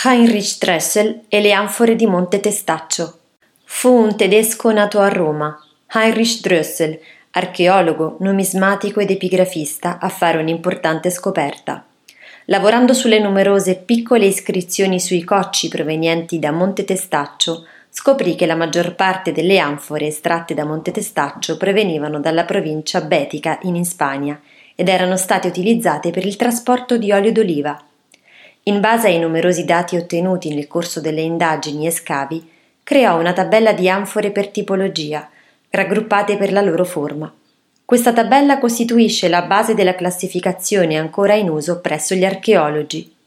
Heinrich Dressel e le anfore di Monte Testaccio. Fu un tedesco nato a Roma, Heinrich Dressel, archeologo, numismatico ed epigrafista, a fare un'importante scoperta. Lavorando sulle numerose piccole iscrizioni sui cocci provenienti da Monte Testaccio, scoprì che la maggior parte delle anfore estratte da Monte Testaccio provenivano dalla provincia betica in Spagna ed erano state utilizzate per il trasporto di olio d'oliva. In base ai numerosi dati ottenuti nel corso delle indagini e scavi, creò una tabella di anfore per tipologia, raggruppate per la loro forma. Questa tabella costituisce la base della classificazione ancora in uso presso gli archeologi.